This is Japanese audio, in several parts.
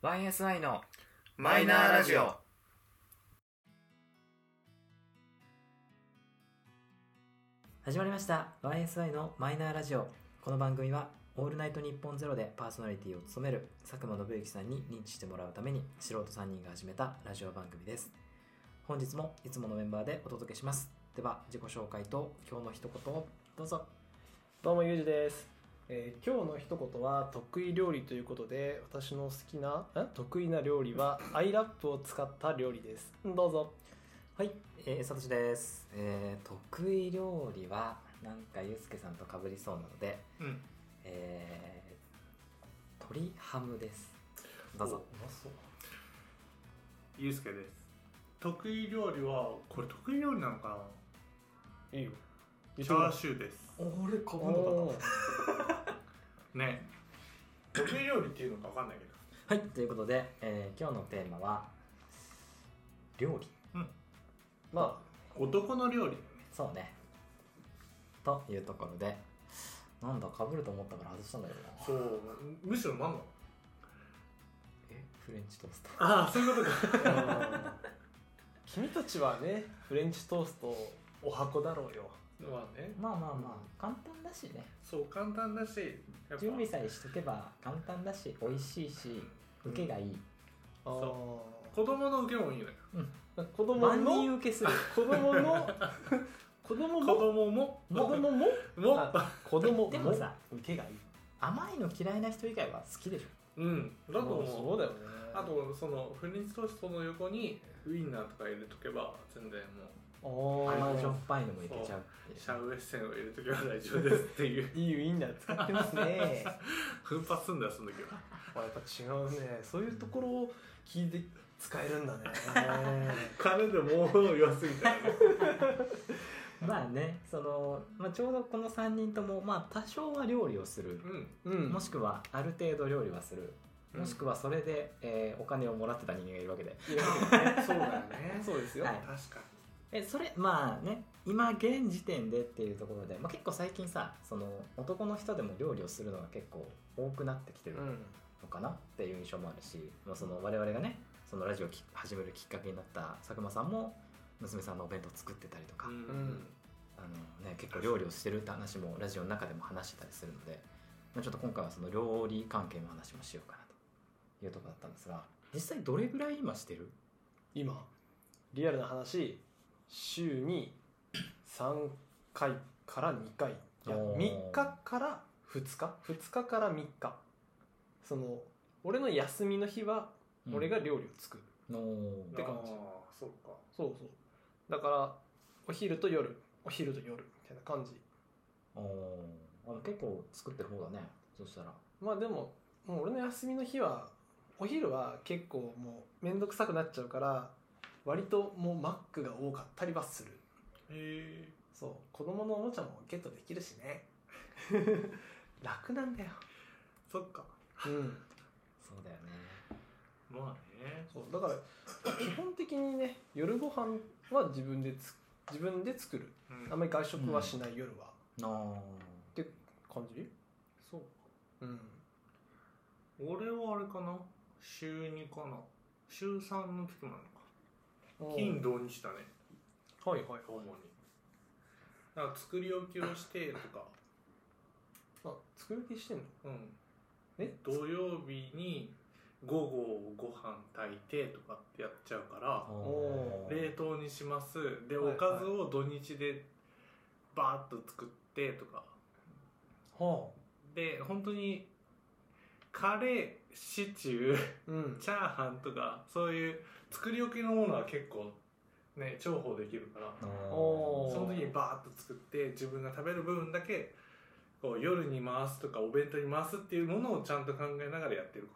YSI のマイナーラジオ。 始まりました YSI のマイナーラジオ。この番組はオールナイトニッポンゼロでパーソナリティを務める佐久間信之さんに認知してもらうために素人3人が始めたラジオ番組です。本日もいつものメンバーでお届けします。では自己紹介と今日の一言をどうぞ。 どうもゆうじです。今日の一言は得意料理ということで、私の得意な料理はアイラップを使った料理です。どうぞ。 はい、さとしです。得意料理はなんかゆうすけさんと被りそうなので、鶏ハムです。どうぞ。 うまそう。 ゆうすけです。得意料理はこれ得意料理なのかな。 いいよ。 チャーシューです。 俺かぶんのかね。得意料理っていうのか分かんないけど。 はい、ということで、今日のテーマは料理。 ま男の料理。 そうね。というところで、なんだ被ると思ったから外したんだけどな。 そう、むしろ何なの。 フレンチトースト。 ああ、そういうことか。 あ君たちはね、フレンチトーストお箱だろうよ。 まあね。 まあ簡単だしね。 そう簡単だし、やっぱ準備さえしとけば簡単だし美味しいし受けがいい。 子供の受けもいいのよ。 子供万の人受けする。 子供も子供も子供でもさ、 受けがいい。 甘いの嫌いな人以外は好きでしょ。 だと思う。 そうだよね。 あとそのフレンチトーストの横にウインナーとか入れとけば全然もう甘じょっぱいのもいけちゃうっていう。 シャウエッセンを入れとけば大丈夫ですっていう。 いいウインナー使ってますね。 奮発すんだよその時は。 やっぱ違うね。そういうところを聞いて使えるんだね。 金でもう言わすぎたよね。 まあね、ちょうどこの3人とも、多少は料理をする、もしくはある程度料理はする、もしくはそれで、お金をもらってた人間がいるわけで。 そうだよね。 そうですよ。 はい確かそれ今現時点でっていうところで、結構最近さ、男の人でも料理をするのが結構多くなってきてるのかなっていう印象もあるし、我々がねそのラジオを始めるきっかけになった佐久間さんも娘さんのお弁当作ってたりとか、結構料理をしてるって話もラジオの中でも話してたりするので、ちょっと今回はその料理関係の話もしようかなというところだったんですが、実際どれぐらい今してる？ 今リアルな話、週に3回から2回、いや3日から2日から3日、俺の休みの日は俺が料理を作るって感じ。 そうか。 そうだからお昼と夜みたいな感じ。 結構作ってる方だね。そしたらでももう俺の休みの日はお昼は結構もうめんどくさくなっちゃうから、割ともうマックが多かったりはする。そう、子供のおもちゃもゲットできるしね。楽なんだよ。 そっか。 そうだよね。 まあね。 そうだから基本的にね、夜ご飯は自分で作る。あんまり外食はしない、夜は。って感じ？ そうか。俺はあれかな。週2かな。週3の時もなのか。金土日だね。 はい。 主に。だから作り置きをしてとか。 作り置きしてんの？ 土曜日に午後ご飯炊いてとかってやっちゃうから冷凍にします。でおかずを土日でバーッと作ってとか。で本当にカレー、シチュー、チャーハンとかそういう作り置きのものは結構ね重宝できるから、その時にバーッと作って自分が食べる部分だけこう夜に回すとかお弁当に回すっていうものをちゃんと考えながらやってるから。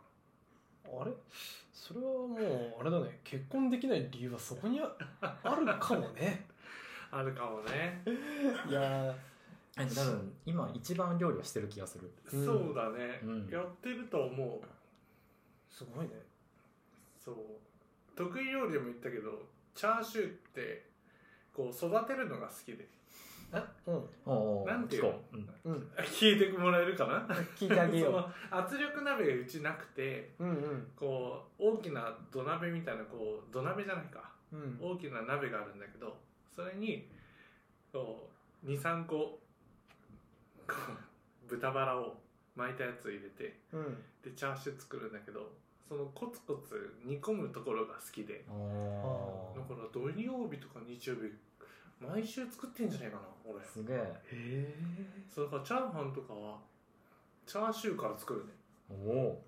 あれ？それはもうあれだね。結婚できない理由はそこに あるかもね。 あるかもね。 いや多分今一番料理をしてる気がする。 そうだね、やってると思う。 すごいね。 そう得意料理でも言ったけど、チャーシューってこう育てるのが好きで。なんていうの、聞いてもらえるかな。 聞いてあげよう。 その圧力鍋がうちなくて、こな土鍋みたいな、こう土鍋じゃないか、大きな鍋があるんだけど、それにこう 2,3 個こう豚バラを巻いたやつを入れて、でチャーシュー作るんだけど、そのコツコツ煮込むところが好きで、だから土曜日とか日曜日毎週作ってんじゃないかな俺。 すげえ。 そうだからチャーハンとかはチャーシューから作るね。 おお。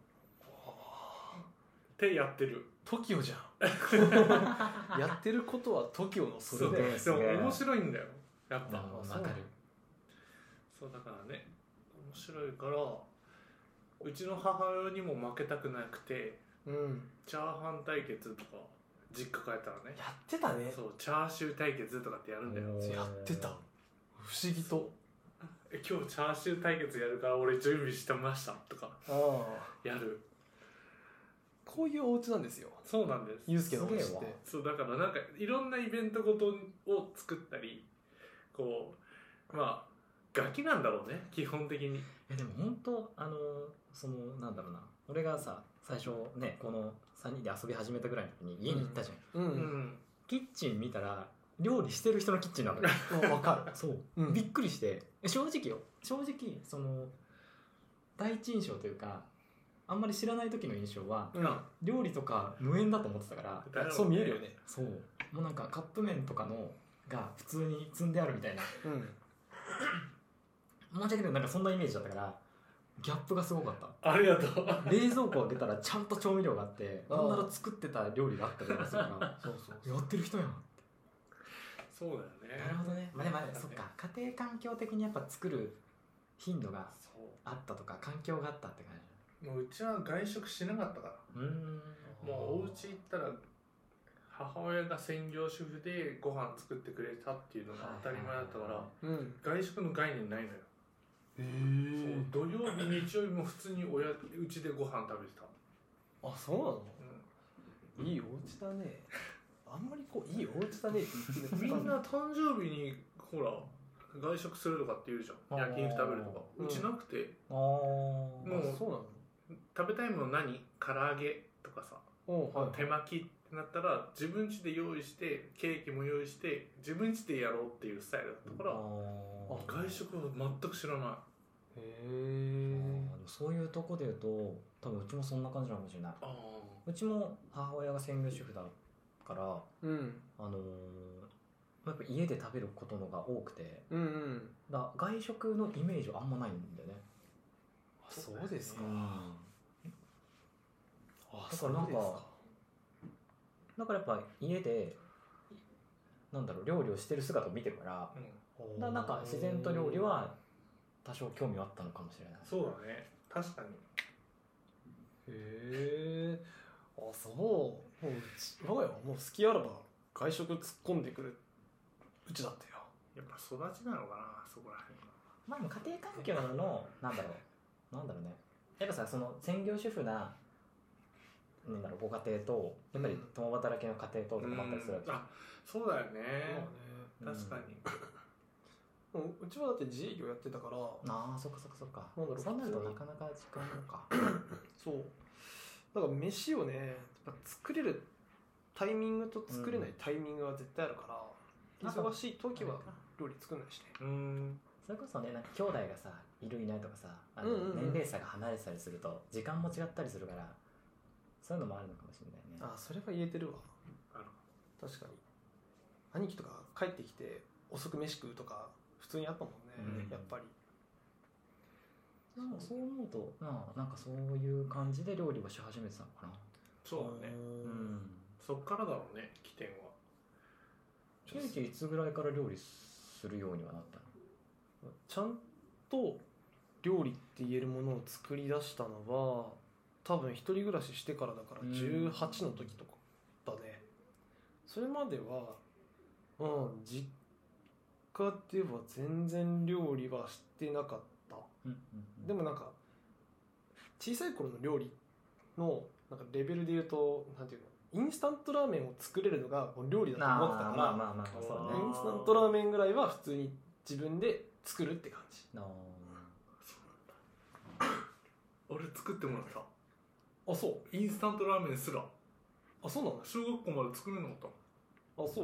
ってやってる。 TOKIO じゃん。やってることは TOKIO のそれで。 でも面白いんだよやっぱ。 わかる。 そうだからね、面白いから、うちの母親にも負けたくなくて、チャーハン対決とか実家帰ったらねやってたね。 そうチャーシュー対決とかってやるんだよ。 やってた。不思議と。 今日チャーシュー対決やるから俺準備してましたとかやる。 こういうお家なんですよ。 そうなんです。 ゆうすけのお家って。 そうだからなんかいろんなイベントごとを作ったり、こうまあガキなんだろうね基本的に。 でも本当そのなんだろうな、俺がさ最初ねこの3人で遊び始めたぐらいの時に家に行ったじゃん。キッチン見たら料理してる人のキッチンなのよ。 わかる。 そう、びっくりして正直その第一印象というか、あんまり知らない時の印象は、料理とか無縁だと思ってたから、 そう見えるよね。 そうもうなんかカップ麺とかのが普通に積んであるみたいな、申し訳ないなんかそんなイメージだったからギャップがすごかった。 ありがとう。 冷蔵庫を開けたらちゃんと調味料があって、なんなら作ってた料理があったりとかするからそうやってる人やん。 そうだよね。 なるほどね。まあでもそっか、家庭環境的にやっぱ作る頻度があったとか環境があったって感じ。もううちは外食しなかったから。もうお家行ったら母親が専業主婦でご飯作ってくれたっていうのが当たり前だったから、外食の概念ないのよ。そう土曜日日曜日も普通にうちでご飯食べてた。 あ、そうなの？いいお家だね。あんまりこういいお家だねって言ってみんな誕生日にほら外食するとかって言うじゃん。焼肉食べるとか。うちなくて、もうそうなの？ 食べたいもの何？唐揚げとかさ、手巻きってなったら自分家で用意してケーキも用意して自分家でやろうっていうスタイルだったから、外食は全く知らない。 そういうとこで言うと多分うちもそんな感じなのかもしれない。うちも母親が専業主婦だから、やっぱ家で食べることのが多くて、だ外食のイメージはあんまないんだよね。 そうですか。 だからなんかだからやっぱ家でなんだろう料理をしてる姿を見てるから、なんか自然と料理は多少興味はあったのかもしれない。 そうだね、確かに。 へえ。あ、そう。もう我が家はもう好きあらば外食突っ込んでくるうちだったよ。 やっぱ育ちなのかな、そこら辺が。 まあでも家庭環境のなんだろうね。やっぱさその専業主婦ななんだろうご家庭とやっぱり共働きの家庭ととかもあったりするわけ。 あ、そうだよね。確かに。 うちはだって自営業やってたから。 ああ、そっか。そうなるとなかなか時間か。 そう。だから飯をね、やっぱ作れるタイミングと作れないタイミングは絶対あるから、忙しい時は料理作んないしね。 それこそね、なんか兄弟がさいるいないとかさ、年齢差が離れてたりすると時間も違ったりするから、そういうのもあるのかもしれないね。 あ、それは言えてるわ。確かに兄貴とか帰ってきて遅く飯食うとか普通にあったもんね、やっぱり。 そう思うとなんかそういう感じで料理をし始めてたのかな。 そうだね。そっからだろうね、起点は。 ケイチいつぐらいから料理するようにはなったの？ ちゃんと料理って言えるものを作り出したのは多分一人暮らししてからだから18の時とかだね。それまでは実家では全然料理はしてなかった。でもなんか小さい頃の料理のなんかレベルで言うとなんていうの、インスタントラーメンを作れるのが料理だと思ってたから、インスタントラーメンぐらいは普通に自分で作るって感じ。 俺作ってもらった。 あ、そう。 インスタントラーメンすら。 あ、そうなんだ。 小学校まで作れなかった。 あ、そう。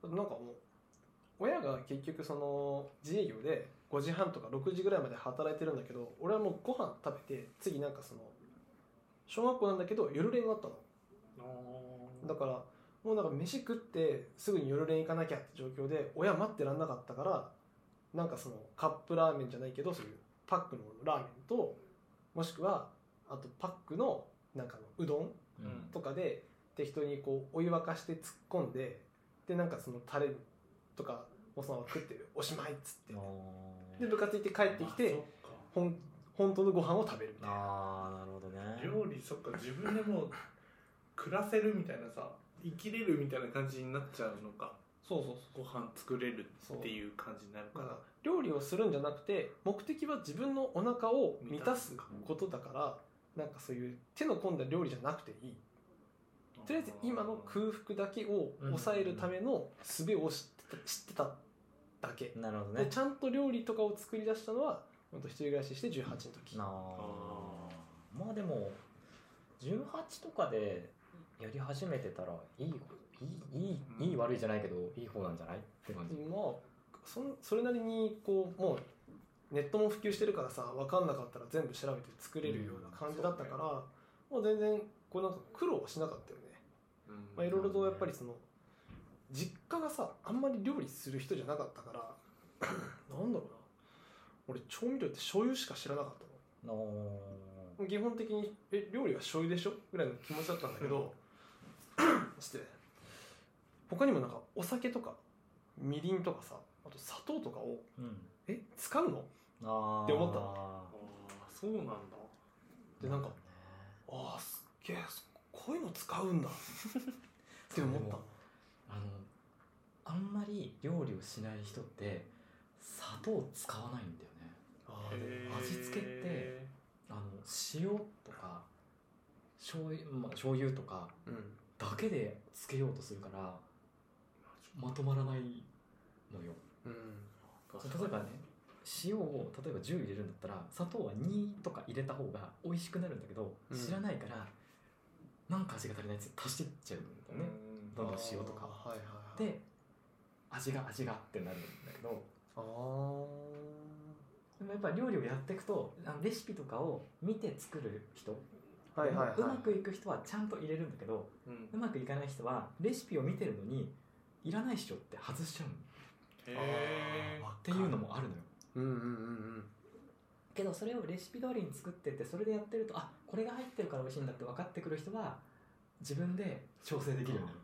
なんかもう親が結局その自営業で5時半とか6時ぐらいまで働いてるんだけど、俺はもうご飯食べて次なんかその小学校なんだけど夜練があったの。だからもうなんか飯食ってすぐに夜練行かなきゃって状況で親待ってらんなかったから、なんかそのカップラーメンじゃないけどそういうパックのラーメンと、もしくはあとパックのなんかのうどんとかで適当にこうお湯沸かして突っ込んで、でなんかそのタレとかもそのまま食っておしまいっつって、で部活行って帰ってきて本当のご飯を食べるみたいな。 ああ、なるほどね。 料理、そっか、自分でもう暮らせるみたいなさ、生きれるみたいな感じになっちゃうのか。 そうそうご飯作れるっていう感じになるから。 料理をするんじゃなくて目的は自分のお腹を満たすことだから、なんかそういう手の込んだ料理じゃなくていい。とりあえず今の空腹だけを抑えるための術を知ってただけ。 なるほどね。 でちゃんと料理とかを作り出したのは本当一人暮らしして18の時。 まあでも18とかでやり始めてたらいい悪いじゃないけどいい方なんじゃないって感じ。 まあそれなりにこうもうネットも普及してるからさ、分かんなかったら全部調べて作れるような感じだったから、もう全然こうなんか苦労はしなかったよね。まあいろいろとやっぱりその実家がさあんまり料理する人じゃなかったからなんだろうな、俺調味料って醤油しか知らなかったの。基本的に料理は醤油でしょぐらいの気持ちだったんだけどして他にもなんかお酒とかみりんとかさ、あと砂糖とかを、使うのって思ったの。 そうなんだ。 でなんかすっげえこういうの使うんだって思ったの。 あんまり料理をしない人って砂糖使わないんだよね。味付けって塩とか醤油とかだけでつけようとするからまとまらないのよ。例えばね、塩を例えば10入れるんだったら砂糖は2とか入れた方が美味しくなるんだけど、知らないからなんか味が足りないやつ足していっちゃうんだよね。どんどん塩とかで味がってなるんだけど、でもやっぱ料理をやっていくとレシピとかを見て作る人、うまくいく人はちゃんと入れるんだけど、うまくいかない人はレシピを見てるのにいらないっしょって外しちゃうっていうのもあるのよ。けどそれをレシピ通りに作ってて、それでやってるとこれが入ってるから美味しいんだって分かってくる人は自分で調整できるようになる。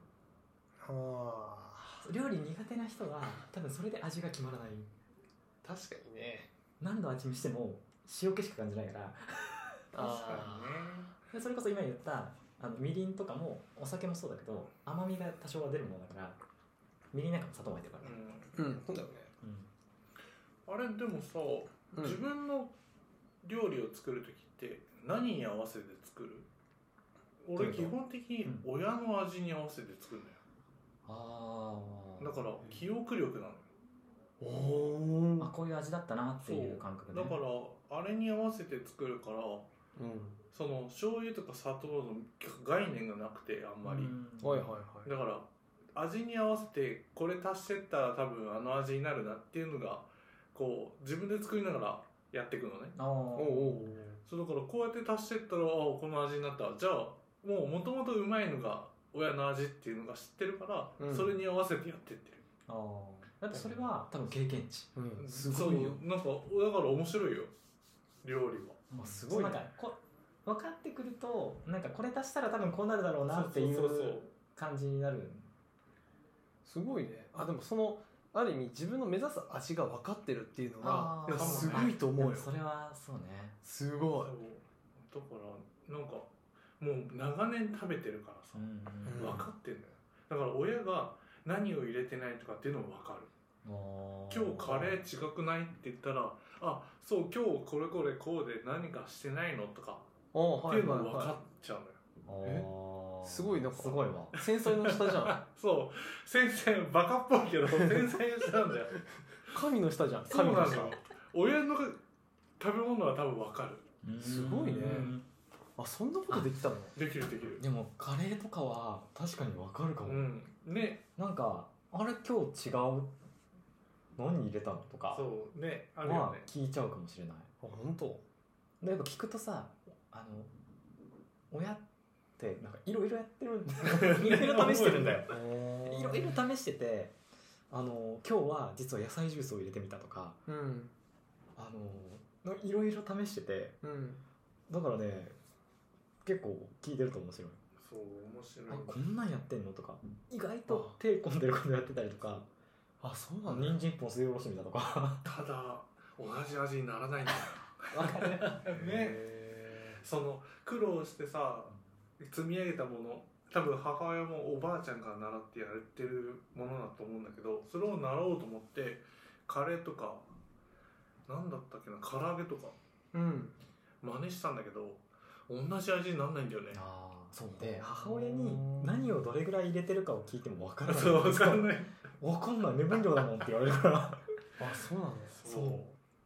料理苦手な人は多分それで味が決まらない。 確かにね。 何度味見しても塩気しか感じないから確かにね。 それこそ今言ったみりんとかもお酒もそうだけど甘みが多少は出るものだから、みりんなんかも砂糖入ってるからね。 そうだよね。 あれでもさ、自分の料理を作るときって何に合わせて作る？俺基本的に親の味に合わせて作るんだよ。だから記憶力なのよ。 こういう味だったなっていう感覚で、だからあれに合わせて作るから、その醤油とか砂糖の概念がなくてあんまり、だから味に合わせてこれ足してったら多分あの味になるなっていうのがこう自分で作りながらやっていくのね。そうだからこうやって足してったらこの味になった。じゃあもともとうまいのが親の味っていうのが知ってるから、それに合わせてやってってる。 だってそれは多分経験値。 すごいよ。 なんかだから面白いよ料理は。 すごい。なんか分かってくるとなんかこれ足したら多分こうなるだろうなっていう感じになる。 すごいね。でもそのある意味自分の目指す味が分かってるっていうのはすごいと思うよ。 それはそうね。 すごい。 だからなんかもう長年食べてるからさ、分かってんだよ。だから親が何を入れてないとかっていうのも分かる。今日カレー違くないって言ったらそう今日これこれこうで何かしてないのとかっていうのも分かっちゃうのよ。 すごいなんかすごいわ。 繊細の下じゃん。 そう繊細バカっぽいけど繊細の下なんだよ。 神の下じゃん。 神の下。親の食べ物は多分分かる。 すごいね。 あ、そんなことできたの？ できるできる。 でもカレーとかは確かに分かるかも、 ね、 なんかあれ今日違う何入れたのとかそうね、あるよはね。 聞いちゃうかもしれない。 本当？ でやっぱ聞くとさ、親ってなんかいろいろやってるいろいろ試してるんだよいろいろ試してて、今日は実は野菜ジュースを入れてみたとか、いろいろ試してて、だからね結構聞いてると面白い。 そう面白い。 こんなんやってんのとか、意外と手込んでることやってたりとか、 あ、そうなんだ。 人参一本すりおろしてみたとかただ同じ味にならないんだよわかるね。その苦労してさ積み上げたもの、多分母親もおばあちゃんから習ってやってるものだと思うんだけど、それを習おうと思ってカレーとかなんだったっけな、唐揚げとか真似したんだけど同じ味にならないんだよね。 そうで、母親に何をどれぐらい入れてるかを聞いても分からない。 そう分かんない。 分かんない、目分量だもんって言われるからあ、そうなんです。 そう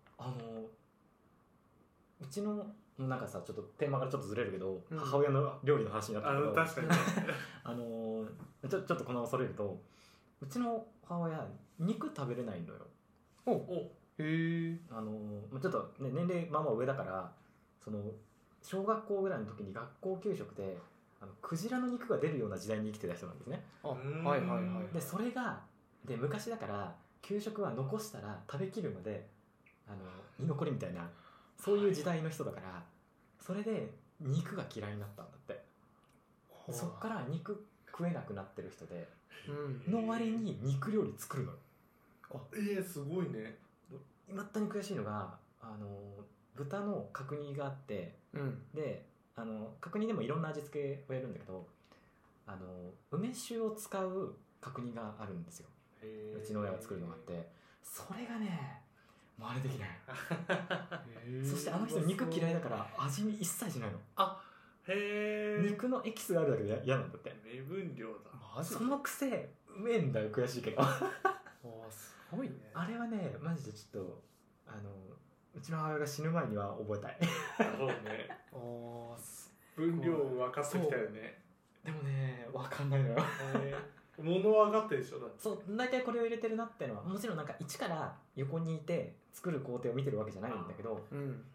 うちのなんかさ、ちょっとテーマからちょっとずれるけど、母親の料理の話になったけど、 確かにちょっとこのままそれると、うちの母親肉食べれないのよ。 へえ。 ちょっと、ね、年齢まあまあ上だから、その小学校ぐらいの時に学校給食でクジラの肉が出るような時代に生きてた人なんですね。 はいはいはい。 でそれがで昔だから給食は残したら食べきるまで居残りみたいな、そういう時代の人だから、それで肉が嫌いになったんだって。そっから肉食えなくなってる人で、の割に肉料理作るのよ。 すごいね。 いまだに悔しいのが豚の角煮があって、で角煮でもいろんな味付けをやるんだけど、梅酒を使う角煮があるんですよ。うちの親が作るのがあって、それがねもうあれできないそして人肉嫌いだから味見一切しないの。肉のエキスがあるだけで嫌なんだって。 目分量だ。 そのくせうめえんだよ。悔しいけどすごいね。 あれはねマジでちょっとうちの母親が死ぬ前には覚えたいそうね。分量分かってきたよね。 でもね分かんないのよ物分かってるでしょ。 そう、大体これを入れてるなっていうのはもちろんなんか一から横にいて作る工程を見てるわけじゃないんだけど、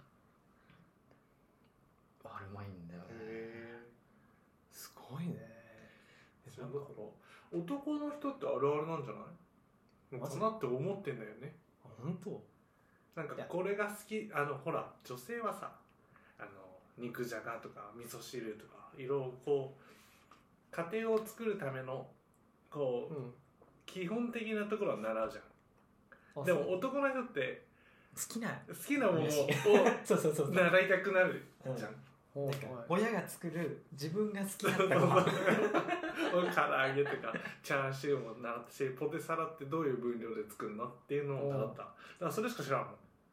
あれうまいんだよね。 すごいね。 だから男の人ってあるあるなんじゃないのかなって思ってんだよね。 本当？ なんかこれが好き、ほら女性はさ肉じゃがとか味噌汁とかいろいろこう家庭を作るためのこう、基本的なところは習うじゃん。でも男の人って好きなものをそう習いたくなるじゃん。 なんか親が作る自分が好きだったご飯唐揚げとかチャーシューも習ったし、ポテサラってどういう分量で作るのっていうのを習った。だからそれしか知らんもん。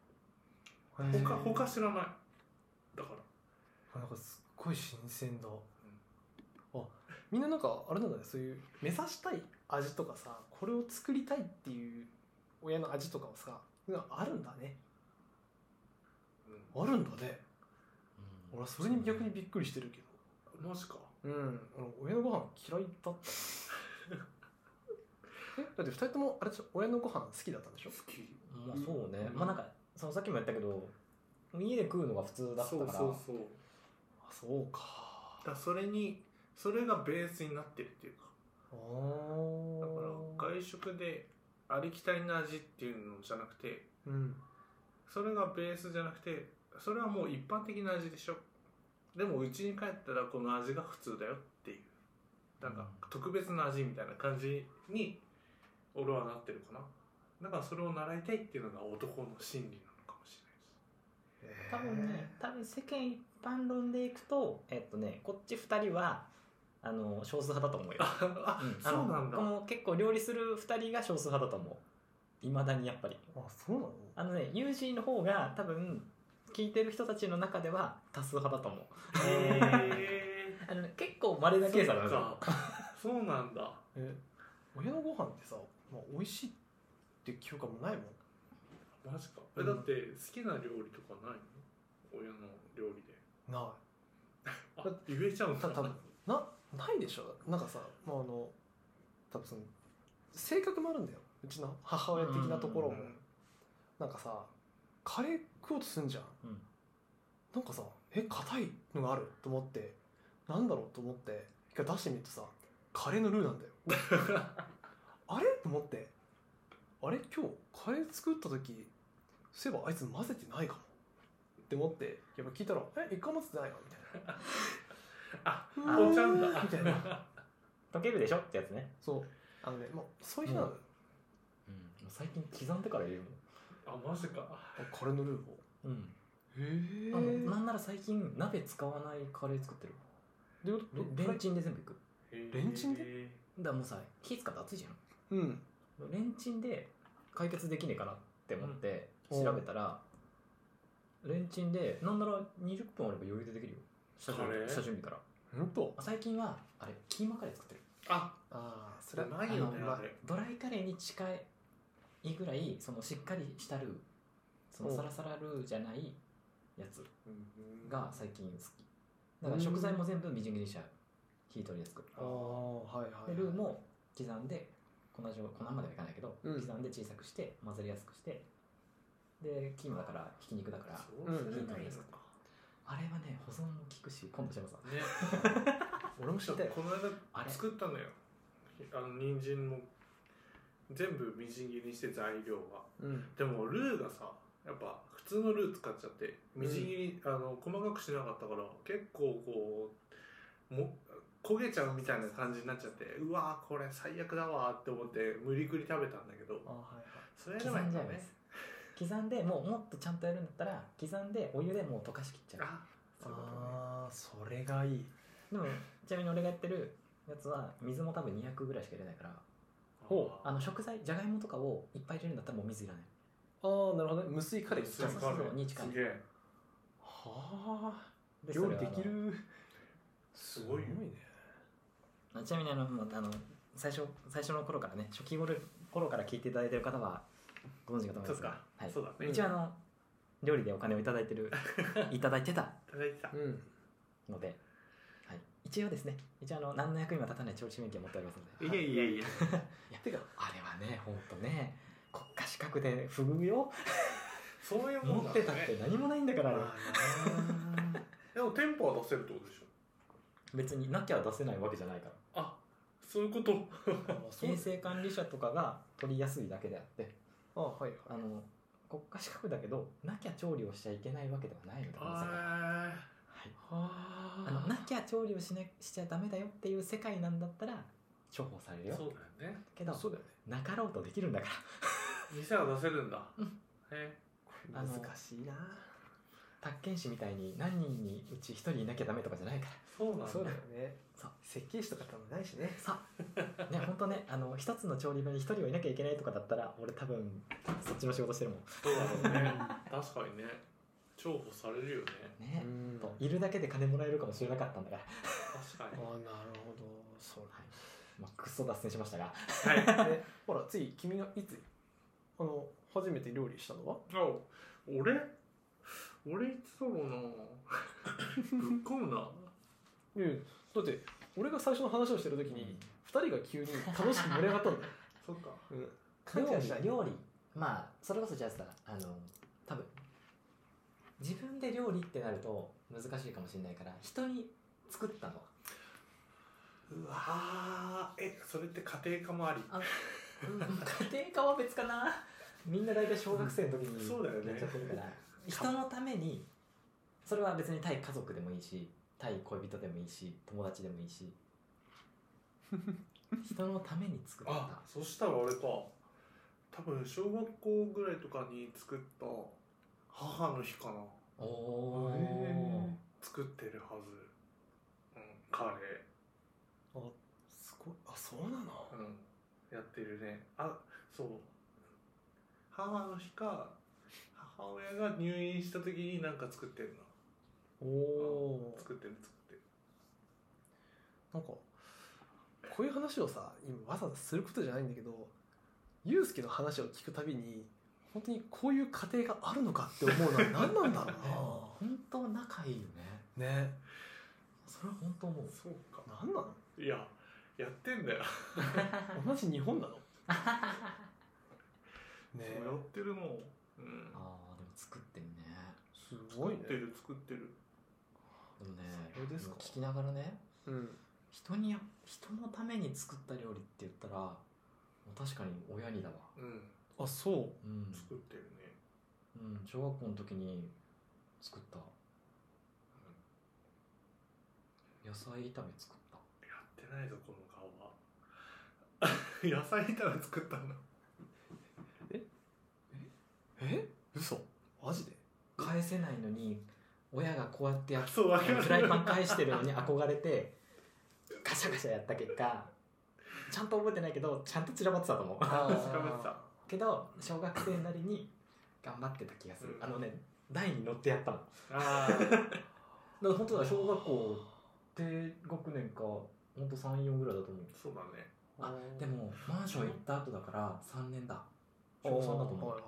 他知らない。だからなんかすっごい新鮮だ。みんななんかあれなんだね、そういう目指したい味とかさ、これを作りたいっていう親の味とかもさあるんだね。あるんだね。俺はそれに逆にびっくりしてるけど。マジか。 親のご飯嫌いだっただって2人ともあれ親のご飯好きだったんでしょ。好き。 まあそうね。まあなんかさっきも言ったけど家で食うのが普通だったから。 そうか。 それがベースになってるっていうか。だから外食でありきたりな味っていうのじゃなくて、それがベースじゃなくて、それはもう一般的な味でしょ。でもうちに帰ったらこの味が普通だよっていう、なんか特別な味みたいな感じに俺はなってるかな。だからそれを習いたいっていうのが男の心理なのかもしれないです。 多分世間一般論でいくとこっち2人は少数派だと思うよ。 そうなんだ。 結構料理する2人が少数派だと思う。いまだにやっぱり。 そうなの？ ユージの方が多分聞いてる人たちの中では多数派だと思う。結構稀なケースあるんですよ。 そうなんだ。 親のご飯ってさ、美味しいって記憶もないもん。 マジか。だって好きな料理とかないの？親の料理で。 ない。 言えちゃうんだ。 多分ないでしょ。なんかさ、もう多分その性格もあるんだよ、うちの母親的なところも。なんかさ、カレー食おうとすんじゃん、なんかさ、硬いのがあると思って、なんだろうと思って一回出してみるとさ、カレーのルーなんだよあれと思って、あれ今日カレー作った時そういえばあいつ混ぜてないかもって思って、やっぱ聞いたら一回混ぜてないよみたいなあ、おちゃんだみたいな溶けるでしょってやつね。 そうもうそういう人なの、 もう最近刻んでから入れるあ、マジか。 カレーのルーを。へえ。 なんなら最近鍋使わないカレー作ってる。 レレンチンで全部いく。 レンチンで？ だからもうさ、火使って熱いじゃん。レンチンで解決できねえかなって思って調べたら、レンチンでなんなら20分あれば余裕でできるよ。下準備から。 本当？ 最近はあれキーマカレー作ってる。 それはないよね。 ドライカレーに近いぐらい、そのしっかりしたルー、そのサラサラルーじゃないやつが最近好き。だから食材も全部みじん切りにしちゃう。火通りやすく。でルーも刻んで粉まではいかないけど、刻んで小さくして混ぜりやすくして、でキーマだからひき肉だから火通りやすく。あれはね、保存も効くし、今度しますね。 俺も知ってこの間作ったのよ。人参も全部みじん切りにして材料は、でもルーがさ、やっぱ普通のルー使っちゃってみじん切り、細かくしなかったから結構こう焦げちゃうみたいな感じになっちゃって、うわーこれ最悪だわって思って無理くり食べたんだけど、それでもやっぱね、 刻んでもっとちゃんとやるんだったら刻んでお湯でもう溶かしきっちゃう。 それがいい。 でもちなみに俺がやってるやつは水も多分200ぐらいしか入れないから、食材じゃがいもとかをいっぱい入れるんだったらもう水いらない。 なるほどね。無水カレーに近い。 料理できる。 すごいね。 ちなみに最初の頃からね、初期頃から聞いていただいている方はご存知かと思いますが、一応料理でお金をいただいてたので、一応ですね、何の役にも立たない調理師免許を持っておりますので。 いやてかあれはね、ほんとね、国家資格で不遇よ。 そういうもんだね。 持ってたって何もないんだからね。 でも店舗は出せるってことでしょ。 別になきゃ出せないわけじゃないから。 そういうこと。 衛生管理者とかが取りやすいだけであって、国家資格だけどなきゃ調理をしちゃいけないわけではないので、この世界。なきゃ調理をしちゃダメだよっていう世界なんだったら重宝されるよ。 そうだよね。 けどなかろうとできるんだから。 店は出せるんだ。 難しいな。 宅建士みたいに何人にうち1人いなきゃダメとかじゃないから。 そうなんだ。 そうだよね。設計士とか多分ないしね。 ね、本当ね、一つの調理場に1人はいなきゃいけないとかだったら俺多分そっちの仕事してるもん。 そうだろうね。確かにね、重宝されるよね。 いるだけで金もらえるかもしれなかったんだから。 確かに。なるほど。 クソ脱線しましたが。 ほら、次君がいつ初めて料理したのは？ 俺いつだろうな。ぶっ込むな。 だって俺が最初の話をしてる時に2人が急に楽しく盛り上がったんだよ。 そっか。 料理、それこそじゃあ多分自分で料理ってなると難しいかもしれないから、人に作ったのは。 うわそれって家庭科もあり。 家庭科は別かな。みんな大体小学生の時にやっちゃってるから、人のために、それは別に対家族でもいいし、対恋人でもいいし、友達でもいいし、人のために作った。 そしたら俺か、多分小学校ぐらいとかに作った母の日かな。作ってるはず。カレー。 すごい。そうなの？ やってるね。そう母の日か、母親が入院した時に何か作ってるな。作ってる。 なんかこういう話をさ、今わざわざすることじゃないんだけど、ゆうすけの話を聞くたびに本当にこういう家庭があるのかって思うのは何なんだろうな。 本当仲いいよね。 ね。 それは本当思う。 そうか。 なんなの？ いややってんだよ。 同じ日本なの？ねえ、 やってるもん。うん。 ああでも作ってるね。 すごいね。 作ってる。 でもね、 そうですか。 聞きながらね、 うん。 人のために作った料理って言ったらもう確かに親にだわ。 うん。 あ、そう。 うん。 作ってるね。 うん、小学校の時に作った。野菜炒め作った。 やってないぞこの顔は。野菜炒め作ったんだ。 嘘？マジで？ 返せないのに親がこうやってやっそう、わかる。 フライパン返してるのに憧れてガシャガシャやった結果ちゃんと覚えてないけどちゃんと散らばってたと思うあ調べてた。 けど小学生なりに頑張ってた気がする、あのね台に乗ってやったの。 ああ。 だから本当だ、小学校低学年か本当3、4ぐらいだと思う。 そうだね。 あ、でもマンション行った後だから3年だ。小小 3だと思う。 はいはい。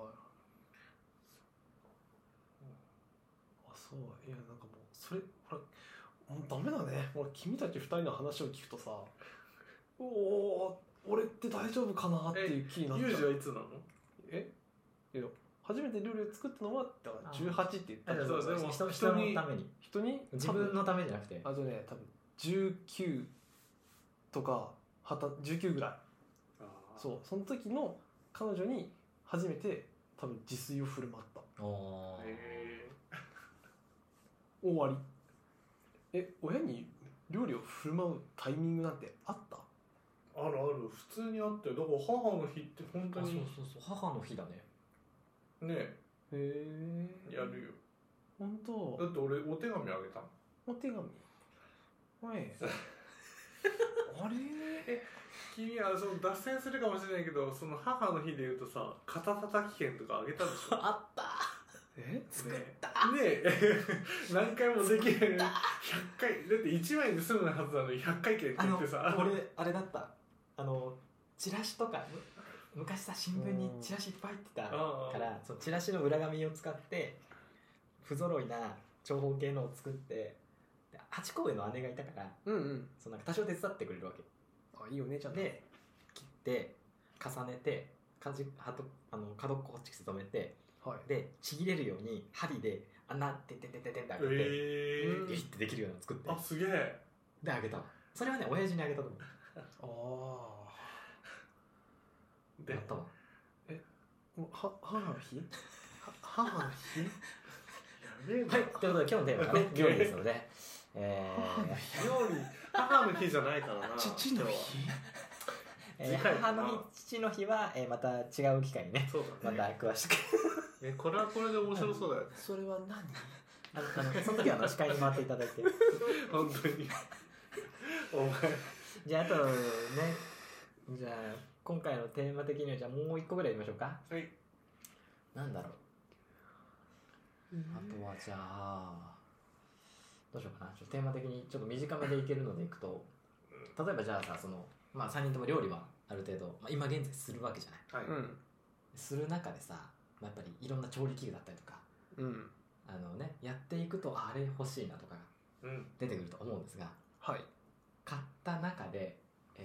あ、そう。いやなんかもうそれほらもうダメだね。俺君たち2人の話を聞くとさ、おお俺って大丈夫かなっていう気になっちゃう。 ユージはいつなの？ いや初めて料理を作ったのはだから18って言ったあ、 けど、 そうでも人のために、 人に自分のためじゃなくて。 あとね多分19とか19ぐらい。そうその時の彼女に初めて多分自炊を振る舞った。 お終わり。親に料理を振る舞うタイミングなんてあった？ あるある、普通にあったよ。だから母の日って本当あ、そうにそうそう、母の日だね。 ねへえ。 やるよ。 本当。 だって俺お手紙あげたの。 お手紙。はいあれ君はその脱線するかもしれないけど、その母の日でいうとさ、肩たたき券とかあげたでしょ。 あった。 作ったね何回もできる100回だって1枚で済むはずなのに100回券って言ってさ。 俺あれだった、チラシとか昔さ新聞にチラシいっぱい入ってたからそのチラシの裏紙を使って不揃いな長方形のを作って、8個上の姉がいたからうんうん。 そのなんか多少手伝ってくれるわけあ、いいよねちゃんと。 で切って重ねて角っここっち止めて、 はい。 でちぎれるように針で穴てってってってってあげて、ビリってできるようなの作って、 あ、すげえ。 であげた。それはね親父にあげたと思う。 あでやったわ。 母の日？母の日？ やべえな。 はい、ということで今日のテーマはね料理ですので、 料理母の日じゃないからな。 父の日？ 母の日、父の日は、また違う機会にね、 そうだね。 また詳しくこれはこれで面白そうだよ。 それは何？ その時は司会に回っていただいて本当に。お前。 じゃああとね、じゃあ今回のテーマ的にはじゃあもう一個ぐらい言いましょうか。 はい。 なんだろう、あとはじゃあどうしようかな。テーマ的にちょっと短めでいけるのでいくと、例えばじゃあさ、まあ3人とも料理はある程度、まあ、今現在するわけじゃない、 はい。 する中でさ、まあ、やっぱりいろんな調理器具だったりとかやっていくとあれ欲しいなとかが出てくると思うんですが、 はい。 買った中で、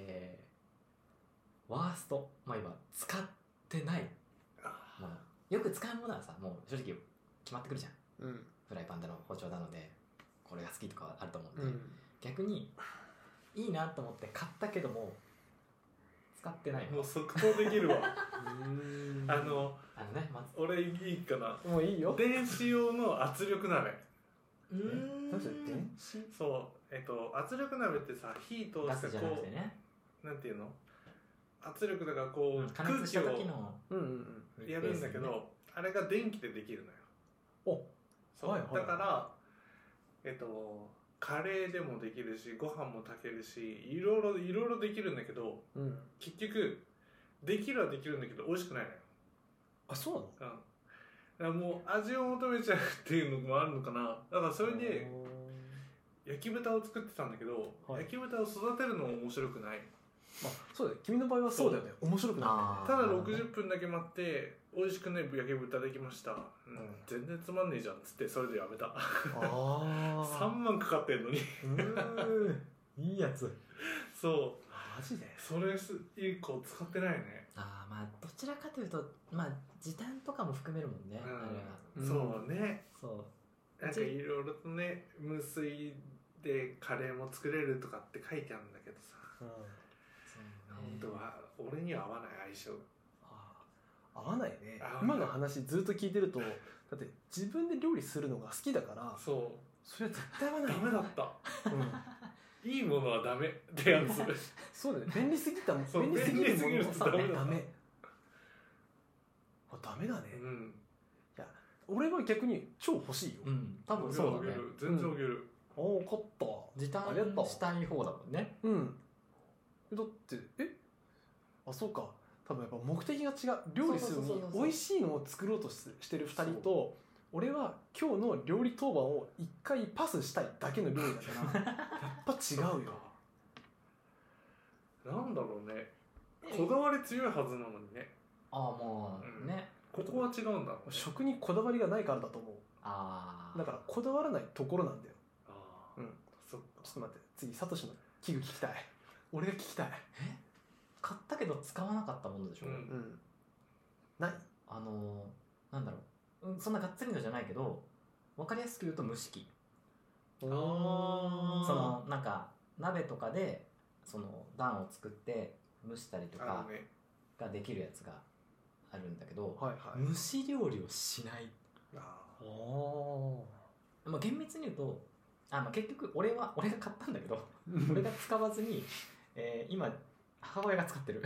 ワースト、まあ今使ってないもの、よく使うものはさもう正直決まってくるじゃん。フライパンだの包丁なのでこれが好きとかあると思うんで、逆にいいなと思って買ったけども使ってないももう即答できるわ。俺いいかな。 もういいよ。 電子用の圧力鍋。 どうして電子？ そう、圧力鍋ってさ、火通ガスしてじゃなくてね、 なんていうの、圧力だからこう、 加熱した時のやるんだけど、あれが電気でできるのよ。そう、 はいはいはい、 だからカレーでもできるしご飯も炊けるしいろいろできるんだけど、結局できるはできるんだけど美味しくないのよ。 あ、そうなの？ だからもう味を求めちゃうっていうのもあるのかな。だからそれで焼き豚を作ってたんだけど、焼き豚を育てるのも面白くない。 そうだよ。君の場合はそうだよね。面白くない。 ただ60分だけ待って美味しくね焼き豚できました、全然つまんねえじゃんっつってそれでやめた。3万かかってんのにいいやつ。 そうマジでそれ以降使ってないね。 まあどちらかというとまあ時短とかも含めるもんね、あれは。 そうね。 そうなんかいろいろとね無水でカレーも作れるとかって書いてあるんだけどさ、本当は俺には合わない相性。 合わないね。今の話ずっと聞いてるとだって自分で料理するのが好きだからそれは絶対合わない。 ダメだった、いいものはダメってやつそうだね。便利すぎるものはさダメダメだね。いや俺は逆に超欲しいよ。 多分そうだね。 全然あげる。 分かった。 時短したい方だもんね。だってそうか。多分やっぱ目的が違う。料理するのに美味しいのを作ろうとしてる2人と、俺は今日の料理当番を1回パスしたいだけの料理だからやっぱ違うよ。 なんだろうね、こだわり強いはずなのにね。 まあね、 ここは違うんだろうね。 食にこだわりがないからだと思う。だからこだわらないところなんだよ。 そっか。 ちょっと待って、次サトシの器具聞きたい。俺が聞きたい。 買ったけど使わなかったものでしょ。 ない。 なんだろう、そんながっつりのじゃないけど分かりやすく言うと蒸し器。そのなんか鍋とかでその段を作って蒸したりとかができるやつがあるんだけど、蒸し料理をしない。まあ厳密に言うと結局俺が買ったんだけど俺が使わずに、今母親が使ってる。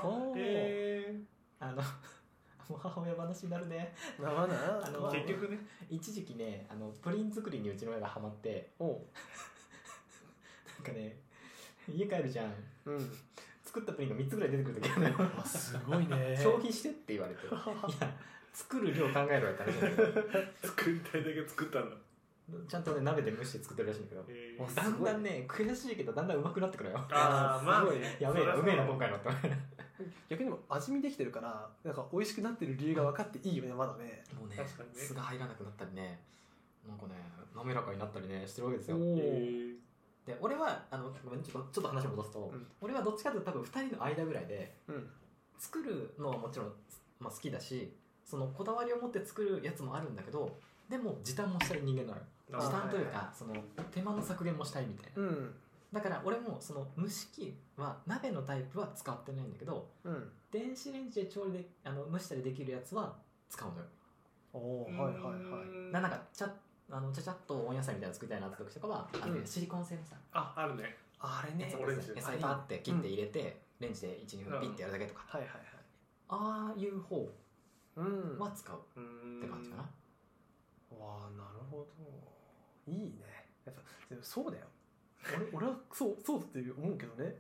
もう母親話になるね。 結局ね、 一時期ねプリン作りにうちの親がハマってなんかね家帰るじゃん、作ったプリンが3つぐらい出てくる時あるのよ。 すごいね。 消費してって言われていや作る量考えろやったらしいんだけど作りたいだけ作ったんだ。 ちゃんとね鍋で蒸して作ってるらしいんだけど、だんだんね悔しいけどだんだんうまくなってくるよ。 まあやべえな、うめえな今回のって逆にも味見できてるからなんか美味しくなってる理由が分かっていいよね。まだねもうね酢が入らなくなったりね、なんかね滑らかになったりねしてるわけですよ。で俺はごめんちょっと話を戻すと、俺はどっちかというと多分2人の間ぐらいで、作るのはもちろん、好きだしそのこだわりを持って作るやつもあるんだけど、でも時短もしたい人間なのよ。時短というかその手間の削減もしたいみたいな、だから俺もその蒸し器は鍋のタイプは使ってないんだけど、電子レンジで調理で蒸したりできるやつは使うのよ。なんかちゃちゃっと温野菜みたいなの作りたいなって時とかはシリコン製のさ、 あるね、 あれね、 野菜パーって切って入れてレンジで 1,2 分ピッてやるだけとか、ああいう方は使うって感じかな。 なるほど、いいね。やっぱでもそうだよ。俺はそうって思うけどね。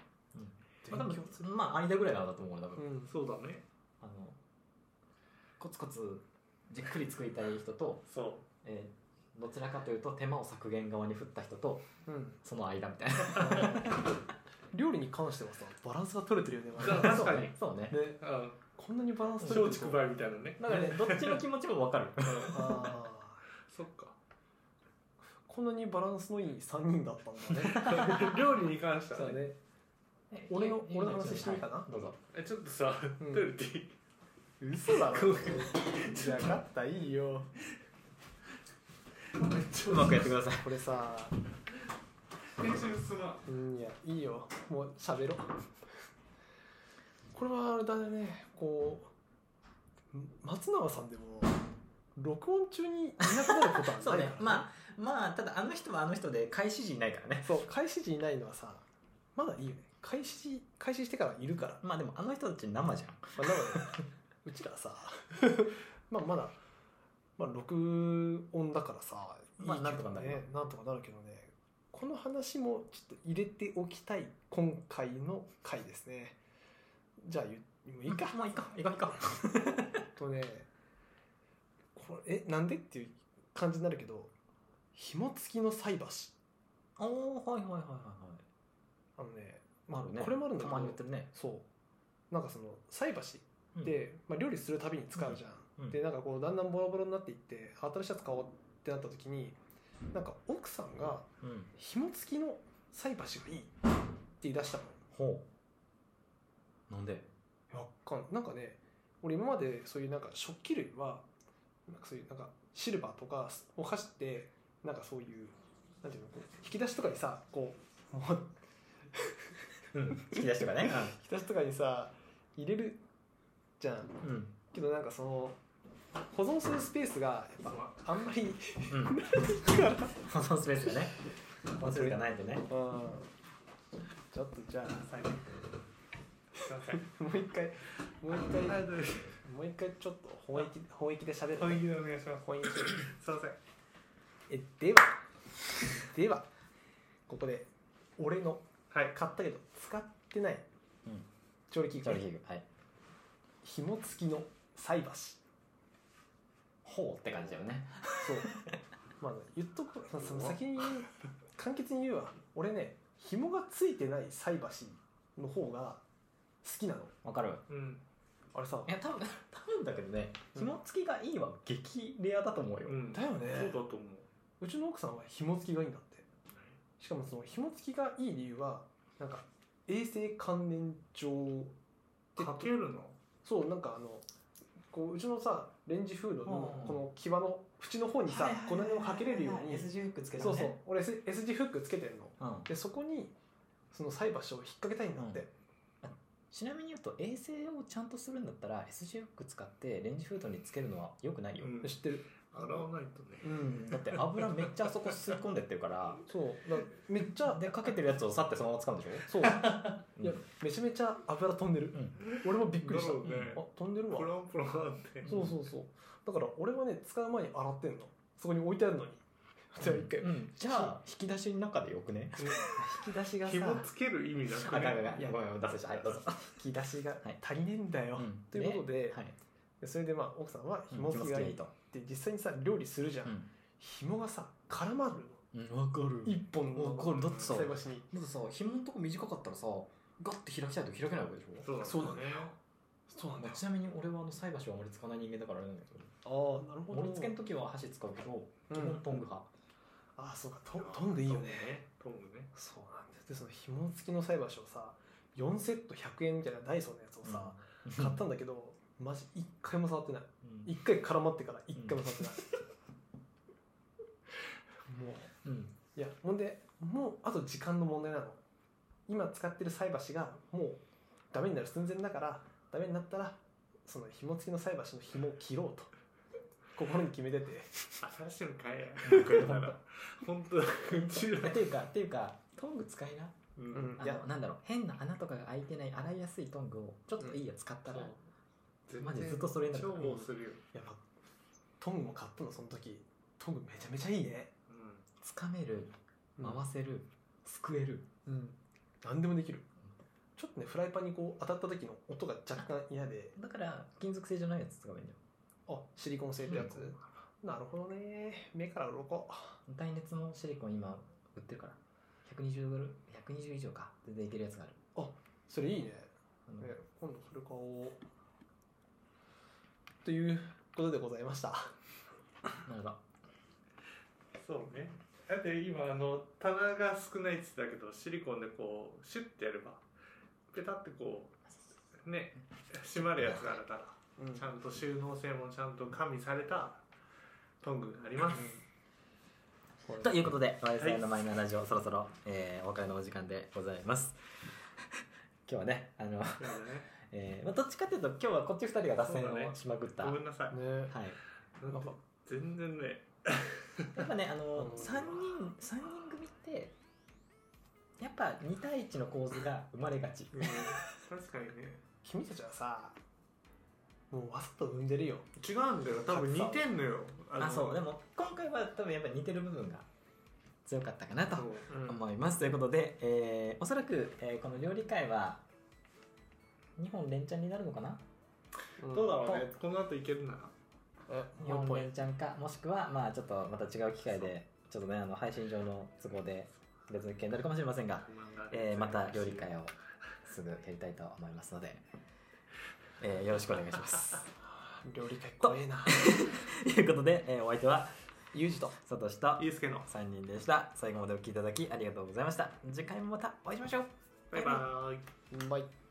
まあ間ぐらいなんだと思う。多分そうだね。 コツコツじっくり作りたい人と、どちらかというと手間を削減側に振った人と、その間みたいな。 料理に関してはさバランスが取れてるよね。 確かにそうね。 こんなにバランス取れてる。 松竹梅みたいなね。 だからねどっちの気持ちも分かる。 そっか。 こんなにバランスのいい3人だったんだね。 料理に関してはね。 俺の話していいかな。どうぞ。 ちょっとさ、トイレっていい？ 嘘だろ。じゃあ勝ったいいよ。 うまくやってください。 これさ。 編集進ま。 いやいいよ。もう喋ろう。これはあれだね。こう松永さんでも録音中にいなくなることはないからね。 そうね。まあただあの人はあの人で開始時いないからね。 そう開始時いないのはさまだいいよね。開始してからいるから。 まあでもあの人たち生じゃん。 生でうちらさまだ録音だからさなんとかなるね。なんとかなるけどね。この話もちょっと入れておきたい今回の回ですね。じゃあもういいか。 もういいか。いいか。 とねこれなんでっていう感じになるけど、紐付きの菜箸。 はい。 あるね。 あるね。 これもあるんだけど。 たまに言ってるね。 そう。なんかその菜箸で、まあ、料理するたびに使うじゃん、でなんかこうだんだんボロボロになっていって新しいやつ買おうってなった時になんか奥さんが紐付きの菜箸がいいって言い出したの。 ほう。なんで？ なんかね、俺今までそういうなんか食器類はなんかそういうなんかシルバーとかお箸ってなんかそういうなんていうのこう引き出しとかにさこう引き出しとかね、 引き出しとかにさ入れるじゃん、けどなんかその保存するスペースがやっぱあんまり保存スペースがね保存スペースがないとね、 ちょっとじゃあすいませんもう一回ちょっと本域で喋る。 本気でお願いします。 本気ですいいません。 ではここで俺のはい買ったけど使ってない調理器具、 はい、 紐付きの菜箸。 ほうって感じだよね。 そうまあ言っとくと先に簡潔に言うわ、俺ね紐がついてない菜箸の方が好きなの。 わかる。 あれさ、 いや多分だけどね、紐付きがいいは激レアだと思うよ。 だよね。 そうだと思う。 うちの奥さんは紐付きがいいんだって。しかもその紐付きがいい理由はなんか衛生関連上かけるの？ そうなんかこううちのさレンジフードのこの際の縁の方にさこんなにもかけれるように S 字フックつけたそうそう俺 S 字フックつけてんの、 うん、 でそこにその菜箸を引っ掛けたいんだって、 ちなみに言うと衛生をちゃんとするんだったら S 字フック使ってレンジフードにつけるのは良くないよ、 知ってる。 洗わないとね、 だって油めっちゃあそこ吸い込んでってるからそうだめっちゃでかけてるやつをさってそのまま使うんでしょ。 そういやめちゃめちゃ油飛んでる、俺もびっくりした、飛んでるわ、 プロンプロンってそうだから俺はね使う前に洗ってんの、そこに置いてあるのに。じゃあ一回、 じゃあ引き出しの中でよくね。 引き出しがさ紐つける意味だとね。 いやごめん出せちゃう、はいどうぞ。 引き出しが足りねえんだよ、ということで、それでまあ奥さんは紐付きがいいと、で実際にさ料理するじゃん、紐がさ絡まるの、わかる、 一本のだってさ菜箸にだってさ紐のとこ短かったらさガッて開きたいと開けないわけでしょ。 そうだね。そうなんだよ。 ちなみに俺は菜箸はあまり使わない人間だからあれなんだけど、 ああなるほど。 盛り付けの時は箸使うけど基本トング派。 ああそうか、トングいいよね。 トングね。 そうなんだよ。でその紐付きの菜箸をさ4セット100円みたいなダイソーのやつをさ、買ったんだけどマジ1回も触ってない、1回絡まってから1回も触ってない、もう、いやほんでもうあと時間の問題なの。今使ってる菜箸がもうダメになる寸前だから、ダメになったらその紐付きの菜箸の紐を切ろうと心に決めてて、 新しいの買えや。本当うちらっていうかトング使いな。 いやなんだろう、変な穴とかが開いてない洗いやすいトングをちょっといいやつ買ったら、マジずっとそれになる。 重宝するよ。 やっぱトングも買ったのその時。トングめちゃめちゃいいね。 つかめる、回せる、すくえる、 何でもできる。ちょっとねフライパンにこう当たった時の音が若干嫌で、 だから金属製じゃないやつ使えばいいんだよ。 シリコン製ってやつ、なるほどね。目から鱗。 耐熱のシリコン今売ってるから120ドル、120以上か全然いけるやつがある。 それいいね。今度それ買おうということでございました。 なるほど。 そうね。だって今棚が少ないって言ってたけど、シリコンでこうシュッてやればペタってこうね閉まるやつがあるから、ちゃんと収納性もちゃんと加味されたトングがあります、 ということで YSI のマイナーラジオ、そろそろ、お別れのお時間でございます。今日はねどっちかっていうと今日はこっち2人が脱線をしまくった、 ごめんなさいね。 はい、 全然ねやっぱね3人組ってやっぱ2対1の構図が生まれがち、 確かにね。 君たちはさもうわざと産んでるよ。 違うんだよ、多分似てんのよ。 そうでも今回は多分やっぱ似てる部分が強かったかなと思います、ということで、おそらく、この料理会は2本連チャンになるのかな、 どうだろうね、この後いけるなら 2本連チャンか、もしくはまあちょっとまた違う機会でちょっとね配信上の都合で別の機会になるかもしれませんが、また料理会をすぐやりたいと思いますので、 よろしくお願いします料理界怖えなということで、お相手はユージとサトシとゆうすけの 3人でした。最後までお聞きいただきありがとうございました。次回もまたお会いしましょう。 バイバーイ。 バイ